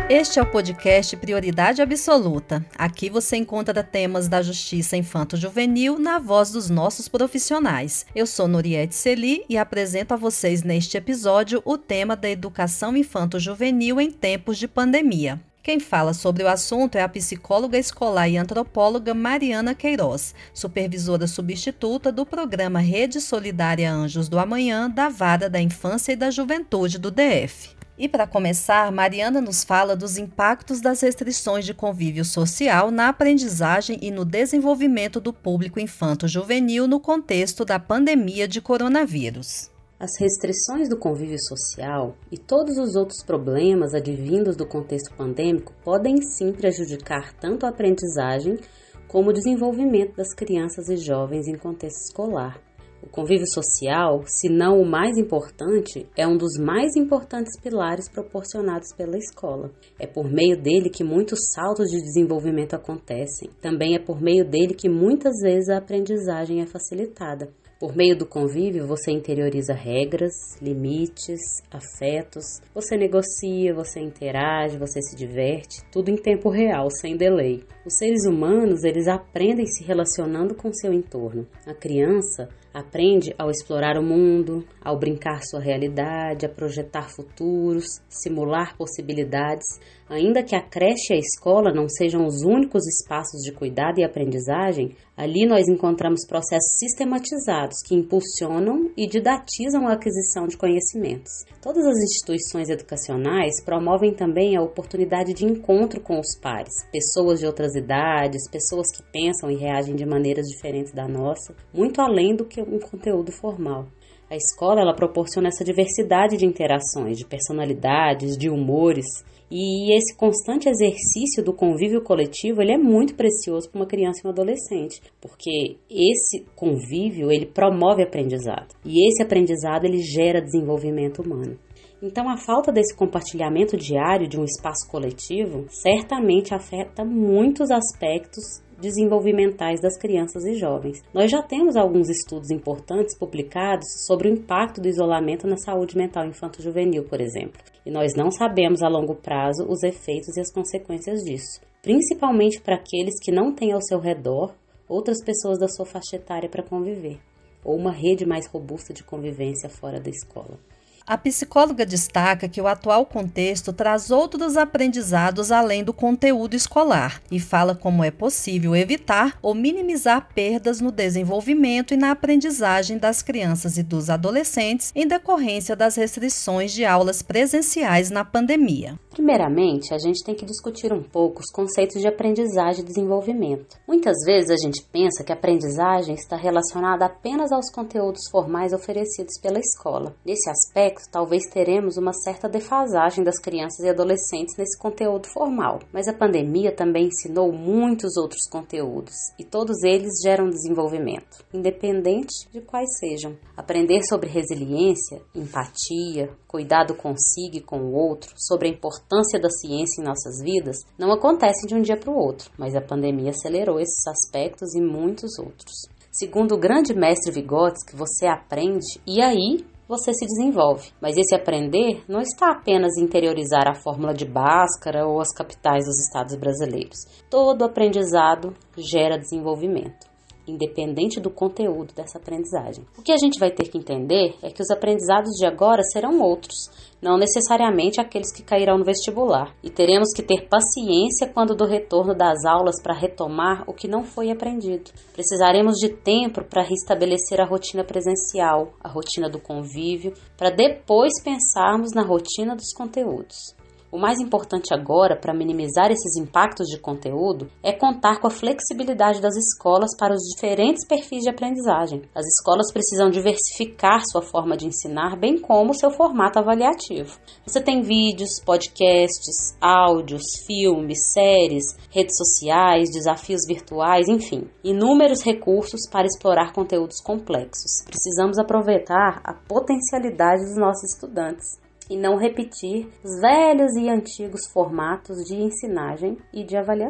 Este é o podcast Prioridade Absoluta. Aqui você encontra temas da justiça infanto-juvenil na voz dos nossos profissionais. Eu sou Noriete Celi e apresento a vocês neste episódio o tema da educação infanto-juvenil em tempos de pandemia. Quem fala sobre o assunto é a psicóloga escolar e antropóloga Mariana Queiroz, supervisora substituta do programa Rede Solidária Anjos do Amanhã da Vara da Infância e da Juventude do DF. E para começar, Mariana nos fala dos impactos das restrições de convívio social na aprendizagem e no desenvolvimento do público infanto-juvenil no contexto da pandemia de coronavírus. As restrições do convívio social e todos os outros problemas advindos do contexto pandêmico podem sim prejudicar tanto a aprendizagem como o desenvolvimento das crianças e jovens em contexto escolar. O convívio social, se não o mais importante, é um dos mais importantes pilares proporcionados pela escola. É por meio dele que muitos saltos de desenvolvimento acontecem. Também é por meio dele que muitas vezes a aprendizagem é facilitada. Por meio do convívio, você interioriza regras, limites, afetos, você negocia, você interage, você se diverte, tudo em tempo real, sem delay. Os seres humanos, eles aprendem se relacionando com seu entorno. A criança aprende ao explorar o mundo, ao brincar sua realidade, a projetar futuros, simular possibilidades. Ainda que a creche e a escola não sejam os únicos espaços de cuidado e aprendizagem, ali nós encontramos processos sistematizados que impulsionam e didatizam a aquisição de conhecimentos. Todas as instituições educacionais promovem também a oportunidade de encontro com os pares, pessoas de outras idades, pessoas que pensam e reagem de maneiras diferentes da nossa, muito além do que um conteúdo formal. A escola ela proporciona essa diversidade de interações, de personalidades, de humores, e esse constante exercício do convívio coletivo ele é muito precioso para uma criança e um adolescente, porque esse convívio ele promove aprendizado, e esse aprendizado ele gera desenvolvimento humano. Então, a falta desse compartilhamento diário de um espaço coletivo certamente afeta muitos aspectos desenvolvimentais das crianças e jovens. Nós já temos alguns estudos importantes publicados sobre o impacto do isolamento na saúde mental infanto-juvenil, por exemplo. E nós não sabemos a longo prazo os efeitos e as consequências disso, principalmente para aqueles que não têm ao seu redor outras pessoas da sua faixa etária para conviver, ou uma rede mais robusta de convivência fora da escola. A psicóloga destaca que o atual contexto traz outros aprendizados além do conteúdo escolar e fala como é possível evitar ou minimizar perdas no desenvolvimento e na aprendizagem das crianças e dos adolescentes em decorrência das restrições de aulas presenciais na pandemia. Primeiramente, a gente tem que discutir um pouco os conceitos de aprendizagem e desenvolvimento. Muitas vezes a gente pensa que a aprendizagem está relacionada apenas aos conteúdos formais oferecidos pela escola. Nesse aspecto, talvez teremos uma certa defasagem das crianças e adolescentes nesse conteúdo formal, mas a pandemia também ensinou muitos outros conteúdos e todos eles geram desenvolvimento, independente de quais sejam. Aprender sobre resiliência, empatia, cuidado consigo e com o outro, sobre a importância da ciência em nossas vidas, não acontece de um dia para o outro, mas a pandemia acelerou esses aspectos e muitos outros. Segundo o grande mestre Vygotsky, você aprende e aí você se desenvolve. Mas esse aprender não está apenas em interiorizar a fórmula de Bhaskara ou as capitais dos estados brasileiros. Todo aprendizado gera desenvolvimento, independente do conteúdo dessa aprendizagem. O que a gente vai ter que entender é que os aprendizados de agora serão outros, não necessariamente aqueles que cairão no vestibular. E teremos que ter paciência quando do retorno das aulas para retomar o que não foi aprendido. Precisaremos de tempo para restabelecer a rotina presencial, a rotina do convívio, para depois pensarmos na rotina dos conteúdos. O mais importante agora, para minimizar esses impactos de conteúdo, é contar com a flexibilidade das escolas para os diferentes perfis de aprendizagem. As escolas precisam diversificar sua forma de ensinar, bem como seu formato avaliativo. Você tem vídeos, podcasts, áudios, filmes, séries, redes sociais, desafios virtuais, enfim, inúmeros recursos para explorar conteúdos complexos. Precisamos aproveitar a potencialidade dos nossos estudantes e não repetir os velhos e antigos formatos de ensinagem e de avaliação.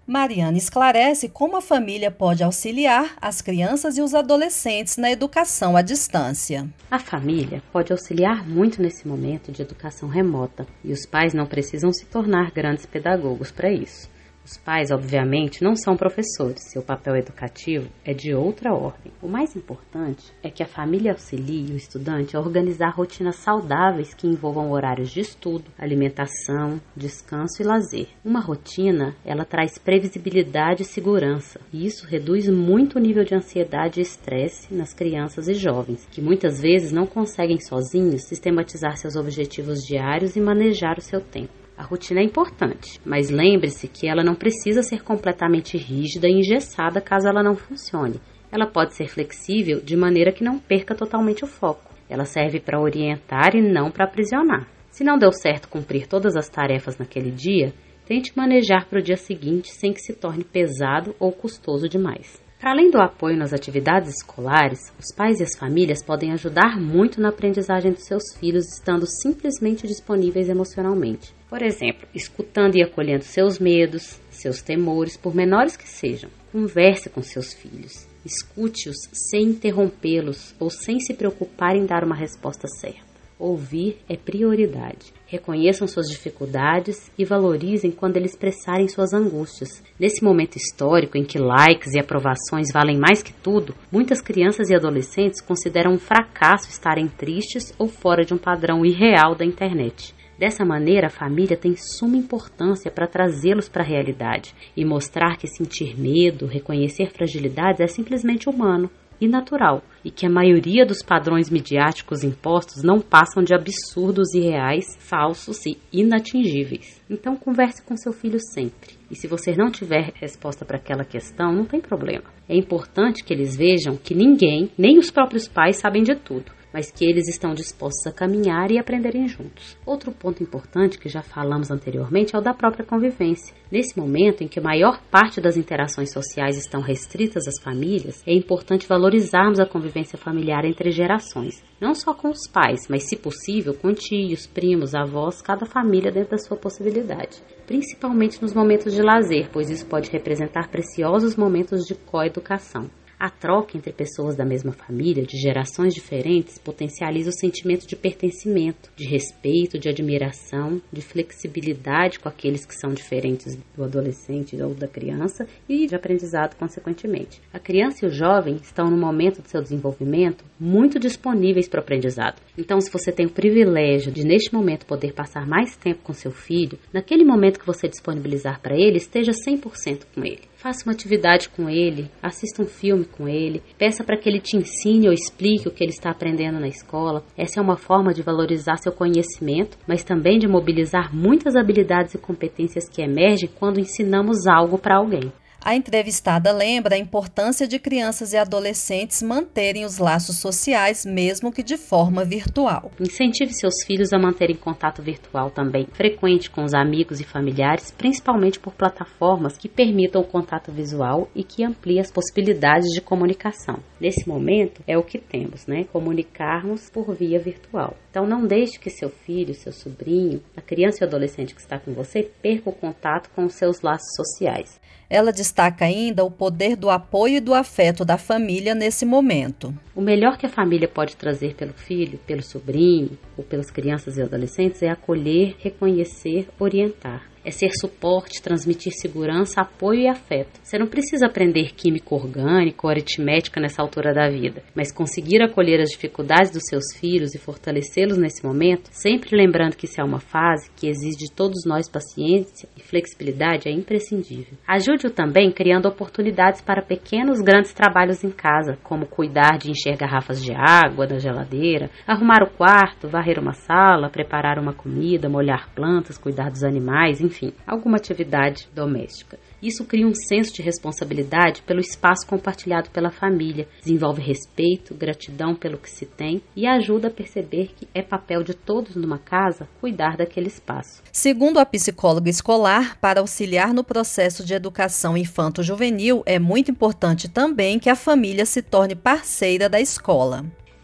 Mariana esclarece como a família pode auxiliar as crianças e os adolescentes na educação à distância. A família pode auxiliar muito nesse momento de educação remota e os pais não precisam se tornar grandes pedagogos para isso. Os pais, obviamente, não são professores, seu papel educativo é de outra ordem. O mais importante é que a família auxilie o estudante a organizar rotinas saudáveis que envolvam horários de estudo, alimentação, descanso e lazer. Uma rotina, ela traz previsibilidade e segurança, e isso reduz muito o nível de ansiedade e estresse nas crianças e jovens, que muitas vezes não conseguem sozinhos sistematizar seus objetivos diários e manejar o seu tempo. A rotina é importante, mas lembre-se que ela não precisa ser completamente rígida e engessada caso ela não funcione. Ela pode ser flexível de maneira que não perca totalmente o foco. Ela serve para orientar e não para aprisionar. Se não deu certo cumprir todas as tarefas naquele dia, tente manejar para o dia seguinte sem que se torne pesado ou custoso demais. Para além do apoio nas atividades escolares, os pais e as famílias podem ajudar muito na aprendizagem dos seus filhos, estando simplesmente disponíveis emocionalmente. Por exemplo, escutando e acolhendo seus medos, seus temores, por menores que sejam. Converse com seus filhos. Escute-os sem interrompê-los ou sem se preocupar em dar uma resposta certa. Ouvir é prioridade. Reconheçam suas dificuldades e valorizem quando eles expressarem suas angústias. Nesse momento histórico em que likes e aprovações valem mais que tudo, muitas crianças e adolescentes consideram um fracasso estarem tristes ou fora de um padrão irreal da internet. Dessa maneira, a família tem suma importância para trazê-los para a realidade e mostrar que sentir medo, reconhecer fragilidades é simplesmente humano e natural, e que a maioria dos padrões midiáticos impostos não passam de absurdos irreais, falsos e inatingíveis. Então converse com seu filho sempre. E se você não tiver resposta para aquela questão, não tem problema. É importante que eles vejam que ninguém, nem os próprios pais, sabem de tudo, mas que eles estão dispostos a caminhar e aprenderem juntos. Outro ponto importante que já falamos anteriormente é o da própria convivência. Nesse momento em que a maior parte das interações sociais estão restritas às famílias, é importante valorizarmos a convivência familiar entre gerações. Não só com os pais, mas, se possível, com tios, primos, avós, cada família dentro da sua possibilidade. Principalmente nos momentos de lazer, pois isso pode representar preciosos momentos de coeducação. A troca entre pessoas da mesma família, de gerações diferentes, potencializa o sentimento de pertencimento, de respeito, de admiração, de flexibilidade com aqueles que são diferentes do adolescente ou da criança e de aprendizado consequentemente. A criança e o jovem estão no momento do seu desenvolvimento muito disponíveis para o aprendizado. Então, se você tem o privilégio de, neste momento, poder passar mais tempo com seu filho, naquele momento que você disponibilizar para ele, esteja 100% com ele. Faça uma atividade com ele, assista um filme com ele, peça para que ele te ensine ou explique o que ele está aprendendo na escola. Essa é uma forma de valorizar seu conhecimento, mas também de mobilizar muitas habilidades e competências que emergem quando ensinamos algo para alguém. A entrevistada lembra a importância de crianças e adolescentes manterem os laços sociais, mesmo que de forma virtual. Incentive seus filhos a manterem contato virtual também, frequente com os amigos e familiares, principalmente por plataformas que permitam o contato visual e que ampliem as possibilidades de comunicação. Nesse momento, é o que temos, comunicarmos por via virtual. Então, não deixe que seu filho, seu sobrinho, a criança e o adolescente que está com você, perca o contato com os seus laços sociais. Ela destaca ainda o poder do apoio e do afeto da família nesse momento. O melhor que a família pode trazer pelo filho, pelo sobrinho ou pelas crianças e adolescentes é acolher, reconhecer, orientar. É ser suporte, transmitir segurança, apoio e afeto. Você não precisa aprender química orgânica ou aritmética nessa altura da vida, mas conseguir acolher as dificuldades dos seus filhos e fortalecê-los nesse momento, sempre lembrando que isso é uma fase que exige de todos nós paciência e flexibilidade, é imprescindível. Ajude-o também criando oportunidades para pequenos, grandes trabalhos em casa, como cuidar de encher garrafas de água da geladeira, arrumar o quarto, varrer uma sala, preparar uma comida, molhar plantas, cuidar dos animais, enfim, alguma atividade doméstica. Isso cria um senso de responsabilidade pelo espaço compartilhado pela família, desenvolve respeito, gratidão pelo que se tem e ajuda a perceber que é papel de todos numa casa cuidar daquele espaço. Segundo a psicóloga escolar, para auxiliar no processo de educação infanto-juvenil, é muito importante também que a família se torne parceira da escola.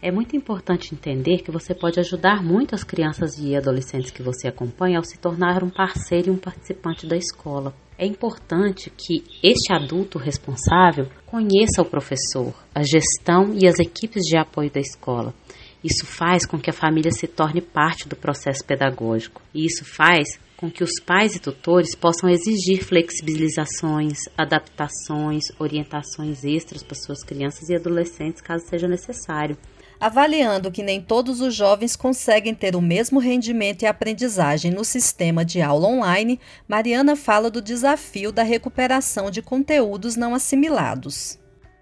É muito importante entender que você pode ajudar muito as crianças e adolescentes que você acompanha ao se tornar um parceiro e um participante da escola. É importante que este adulto responsável conheça o professor, a gestão e as equipes de apoio da escola. Isso faz com que a família se torne parte do processo pedagógico. E isso faz com que os pais e tutores possam exigir flexibilizações, adaptações, orientações extras para suas crianças e adolescentes, caso seja necessário. Avaliando que nem todos os jovens conseguem ter o mesmo rendimento e aprendizagem no sistema de aula online, Mariana fala do desafio da recuperação de conteúdos não assimilados.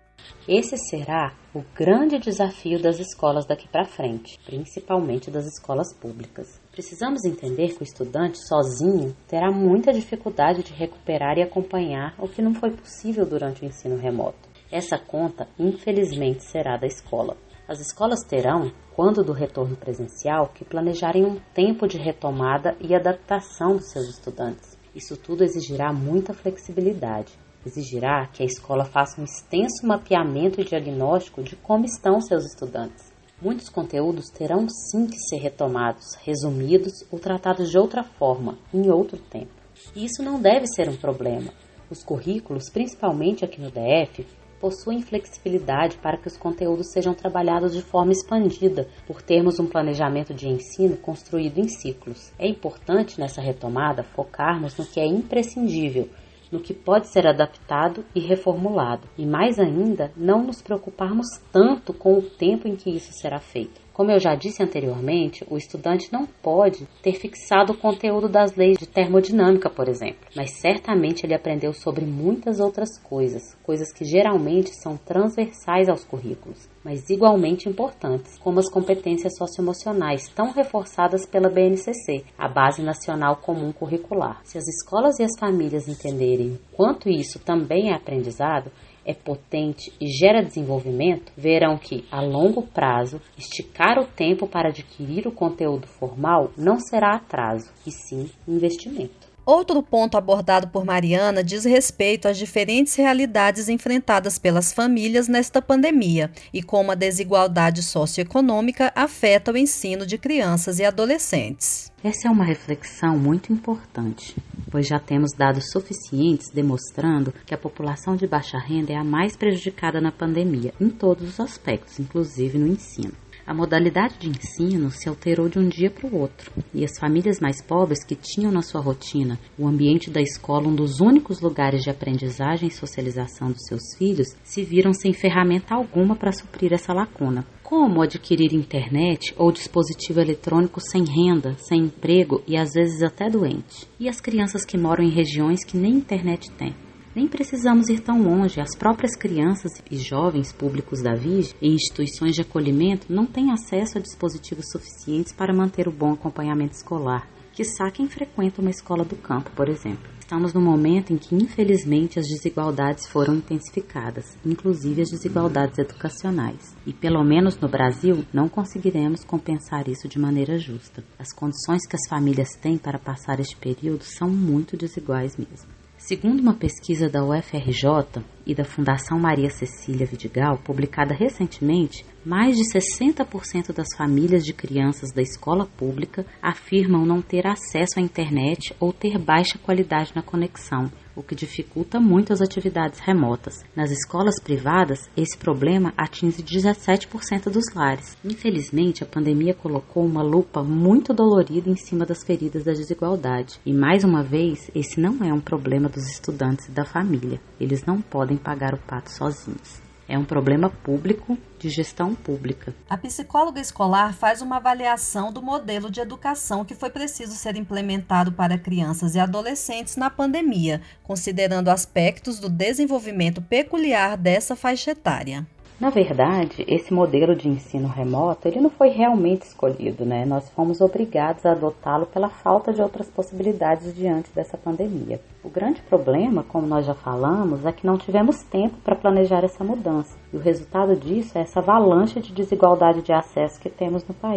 Esse será o grande desafio das escolas daqui para frente, principalmente das escolas públicas. Precisamos entender que o estudante sozinho terá muita dificuldade de recuperar e acompanhar o que não foi possível durante o ensino remoto. Essa conta, infelizmente, será da escola. As escolas terão, quando do retorno presencial, que planejarem um tempo de retomada e adaptação dos seus estudantes. Isso tudo exigirá muita flexibilidade. Exigirá que a escola faça um extenso mapeamento e diagnóstico de como estão seus estudantes. Muitos conteúdos terão sim que ser retomados, resumidos ou tratados de outra forma, em outro tempo. E isso não deve ser um problema. Os currículos, principalmente aqui no DF, possuem flexibilidade para que os conteúdos sejam trabalhados de forma expandida, por termos um planejamento de ensino construído em ciclos. É importante nessa retomada focarmos no que é imprescindível, no que pode ser adaptado e reformulado, e mais ainda, não nos preocuparmos tanto com o tempo em que isso será feito. Como eu já disse anteriormente, o estudante não pode ter fixado o conteúdo das leis de termodinâmica, por exemplo, mas certamente ele aprendeu sobre muitas outras coisas que geralmente são transversais aos currículos, mas igualmente importantes, como as competências socioemocionais, tão reforçadas pela BNCC, a Base Nacional Comum Curricular. Se as escolas e as famílias entenderem o quanto isso também é aprendizado, é potente e gera desenvolvimento, verão que, a longo prazo, esticar o tempo para adquirir o conteúdo formal não será atraso, e sim investimento. Outro ponto abordado por Mariana diz respeito às diferentes realidades enfrentadas pelas famílias nesta pandemia e como a desigualdade socioeconômica afeta o ensino de crianças e adolescentes. Essa é uma reflexão muito importante, pois já temos dados suficientes demonstrando que a população de baixa renda é a mais prejudicada na pandemia, em todos os aspectos, inclusive no ensino. A modalidade de ensino se alterou de um dia para o outro, e as famílias mais pobres que tinham na sua rotina o ambiente da escola um dos únicos lugares de aprendizagem e socialização dos seus filhos, se viram sem ferramenta alguma para suprir essa lacuna. Como adquirir internet ou dispositivo eletrônico sem renda, sem emprego e às vezes até doente? E as crianças que moram em regiões que nem internet têm? Nem precisamos ir tão longe, as próprias crianças e jovens públicos da VIGE e instituições de acolhimento não têm acesso a dispositivos suficientes para manter o bom acompanhamento escolar, quiçá quem frequenta uma escola do campo, por exemplo. Estamos no momento em que, infelizmente, as desigualdades foram intensificadas, inclusive as desigualdades educacionais. E, pelo menos no Brasil, não conseguiremos compensar isso de maneira justa. As condições que as famílias têm para passar este período são muito desiguais mesmo. Segundo uma pesquisa da UFRJ e da Fundação Maria Cecília Vidigal, publicada recentemente, mais de 60% das famílias de crianças da escola pública afirmam não ter acesso à internet ou ter baixa qualidade na conexão, o que dificulta muito as atividades remotas. Nas escolas privadas, esse problema atinge 17% dos lares. Infelizmente, a pandemia colocou uma lupa muito dolorida em cima das feridas da desigualdade. E, mais uma vez, esse não é um problema dos estudantes e da família. Eles não podem pagar o pato sozinhos. É um problema público, de gestão pública. A psicóloga escolar faz uma avaliação do modelo de educação que foi preciso ser implementado para crianças e adolescentes na pandemia, considerando aspectos do desenvolvimento peculiar dessa faixa etária. Na verdade, esse modelo de ensino remoto, ele não foi realmente escolhido, né? Nós fomos obrigados a adotá-lo pela falta de outras possibilidades diante dessa pandemia. O grande problema, como nós já falamos, é que não tivemos tempo para planejar essa mudança. E o resultado disso é essa avalanche de desigualdade de acesso que temos no país.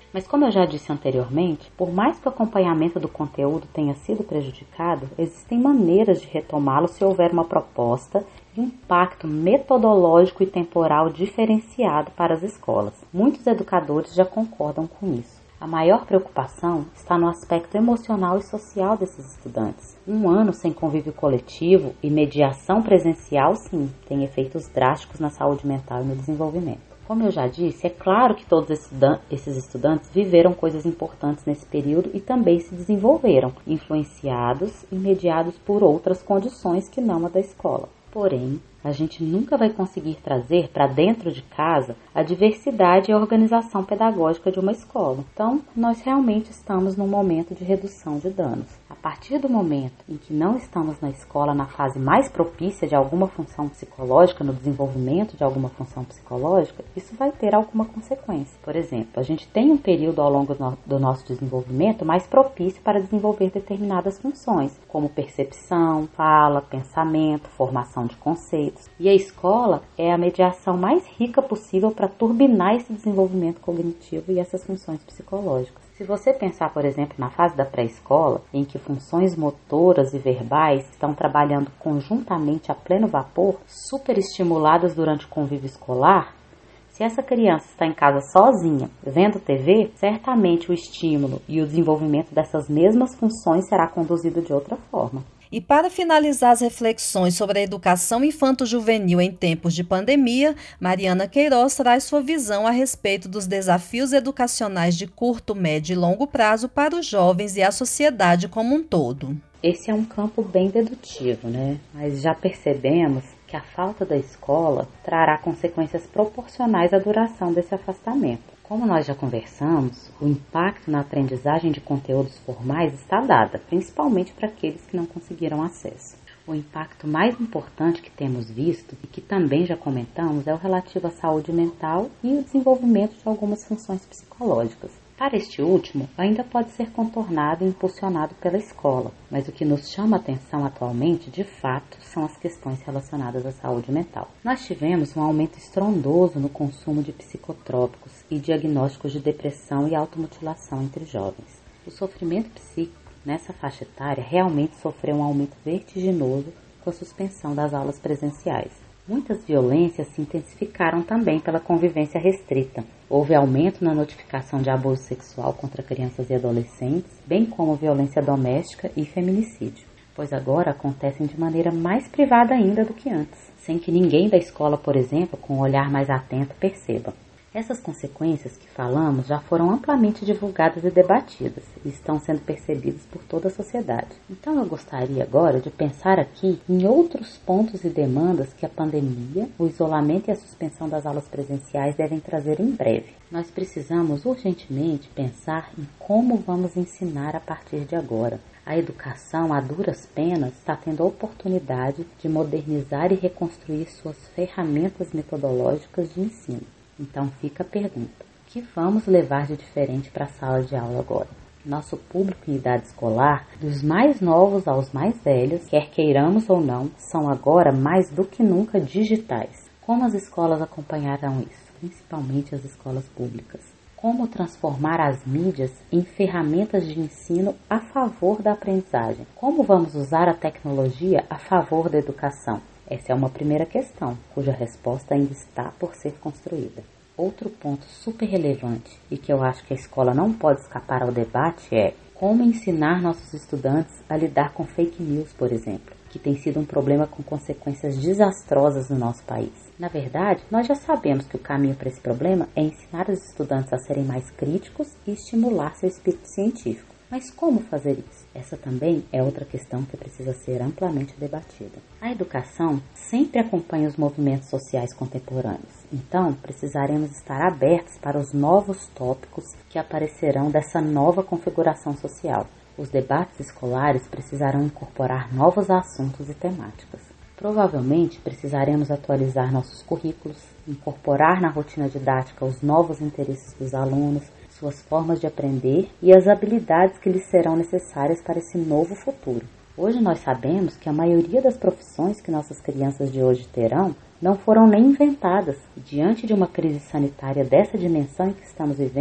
Mas como eu já disse anteriormente, por mais que o acompanhamento do conteúdo tenha sido prejudicado, existem maneiras de retomá-lo se houver uma proposta e um pacto metodológico e temporal diferenciado para as escolas. Muitos educadores já concordam com isso. A maior preocupação está no aspecto emocional e social desses estudantes. Um ano sem convívio coletivo e mediação presencial, sim, tem efeitos drásticos na saúde mental e no desenvolvimento. Como eu já disse, é claro que todos esses estudantes viveram coisas importantes nesse período e também se desenvolveram, influenciados e mediados por outras condições que não a da escola. Porém, a gente nunca vai conseguir trazer para dentro de casa a diversidade e a organização pedagógica de uma escola. Então, nós realmente estamos num momento de redução de danos. A partir do momento em que não estamos na escola na fase mais propícia de alguma função psicológica, no desenvolvimento de alguma função psicológica, isso vai ter alguma consequência. Por exemplo, a gente tem um período ao longo do nosso desenvolvimento mais propício para desenvolver determinadas funções, como percepção, fala, pensamento, formação de conceitos. E a escola é a mediação mais rica possível para turbinar esse desenvolvimento cognitivo e essas funções psicológicas. Se você pensar, por exemplo, na fase da pré-escola, em que funções motoras e verbais estão trabalhando conjuntamente a pleno vapor, superestimuladas durante o convívio escolar, se essa criança está em casa sozinha, vendo TV, certamente o estímulo e o desenvolvimento dessas mesmas funções será conduzido de outra forma. E para finalizar as reflexões sobre a educação infanto-juvenil em tempos de pandemia, Mariana Queiroz traz sua visão a respeito dos desafios educacionais de curto, médio e longo prazo para os jovens e a sociedade como um todo. Esse é um campo bem dedutivo, né? Mas já percebemos que a falta da escola trará consequências proporcionais à duração desse afastamento. Como nós já conversamos, o impacto na aprendizagem de conteúdos formais está dado, principalmente para aqueles que não conseguiram acesso. O impacto mais importante que temos visto e que também já comentamos é o relativo à saúde mental e o desenvolvimento de algumas funções psicológicas. Para este último, ainda pode ser contornado e impulsionado pela escola, mas o que nos chama a atenção atualmente, de fato, são as questões relacionadas à saúde mental. Nós tivemos um aumento estrondoso no consumo de psicotrópicos e diagnósticos de depressão e automutilação entre jovens. O sofrimento psíquico nessa faixa etária realmente sofreu um aumento vertiginoso com a suspensão das aulas presenciais. Muitas violências se intensificaram também pela convivência restrita. Houve aumento na notificação de abuso sexual contra crianças e adolescentes, bem como violência doméstica e feminicídio, pois agora acontecem de maneira mais privada ainda do que antes, sem que ninguém da escola, por exemplo, com um olhar mais atento, perceba. Essas consequências que falamos já foram amplamente divulgadas e debatidas e estão sendo percebidas por toda a sociedade. Então eu gostaria agora de pensar aqui em outros pontos e demandas que a pandemia, o isolamento e a suspensão das aulas presenciais devem trazer em breve. Nós precisamos urgentemente pensar em como vamos ensinar a partir de agora. A educação, a duras penas, está tendo a oportunidade de modernizar e reconstruir suas ferramentas metodológicas de ensino. Então fica a pergunta, o que vamos levar de diferente para a sala de aula agora? Nosso público em idade escolar, dos mais novos aos mais velhos, quer queiramos ou não, são agora mais do que nunca digitais. Como as escolas acompanharão isso? Principalmente as escolas públicas. Como transformar as mídias em ferramentas de ensino a favor da aprendizagem? Como vamos usar a tecnologia a favor da educação? Essa é uma primeira questão, cuja resposta ainda está por ser construída. Outro ponto super relevante e que eu acho que a escola não pode escapar ao debate é como ensinar nossos estudantes a lidar com fake news, por exemplo, que tem sido um problema com consequências desastrosas no nosso país. Na verdade, nós já sabemos que o caminho para esse problema é ensinar os estudantes a serem mais críticos e estimular seu espírito científico. Mas como fazer isso? Essa também é outra questão que precisa ser amplamente debatida. A educação sempre acompanha os movimentos sociais contemporâneos. Então, precisaremos estar abertos para os novos tópicos que aparecerão dessa nova configuração social. Os debates escolares precisarão incorporar novos assuntos e temáticas. Provavelmente precisaremos atualizar nossos currículos, incorporar na rotina didática os novos interesses dos alunos, suas formas de aprender e as habilidades que lhes serão necessárias para esse novo futuro. Hoje nós sabemos que a maioria das profissões que nossas crianças de hoje terão não foram nem inventadas. E diante de uma crise sanitária dessa dimensão em que estamos vivendo,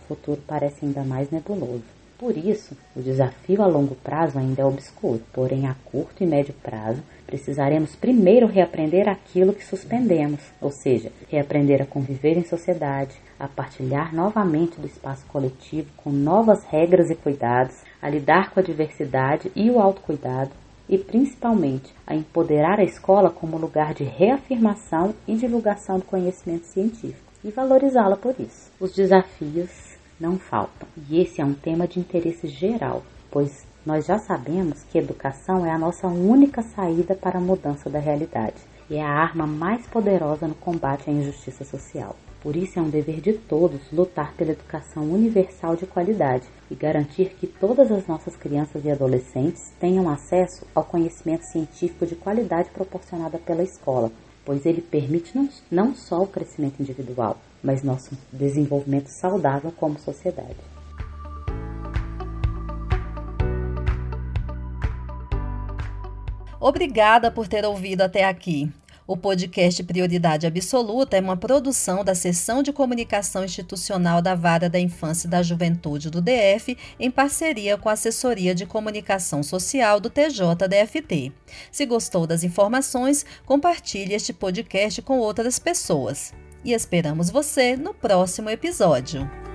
futuro parece ainda mais nebuloso. Por isso, o desafio a longo prazo ainda é obscuro, porém a curto e médio prazo precisaremos primeiro reaprender aquilo que suspendemos, ou seja, reaprender a conviver em sociedade, a partilhar novamente do espaço coletivo com novas regras e cuidados, a lidar com a diversidade e o autocuidado e, principalmente, a empoderar a escola como lugar de reafirmação e divulgação do conhecimento científico e valorizá-la por isso. Os desafios não faltam, e esse é um tema de interesse geral, pois nós já sabemos que educação é a nossa única saída para a mudança da realidade e é a arma mais poderosa no combate à injustiça social. Por isso é um dever de todos lutar pela educação universal de qualidade e garantir que todas as nossas crianças e adolescentes tenham acesso ao conhecimento científico de qualidade proporcionada pela escola, pois ele permite não só o crescimento individual, mas nosso desenvolvimento saudável como sociedade. Obrigada por ter ouvido até aqui. O podcast Prioridade Absoluta é uma produção da Seção de Comunicação Institucional da Vara da Infância e da Juventude do DF, em parceria com a Assessoria de Comunicação Social do TJDFT. Se gostou das informações, compartilhe este podcast com outras pessoas. E esperamos você no próximo episódio.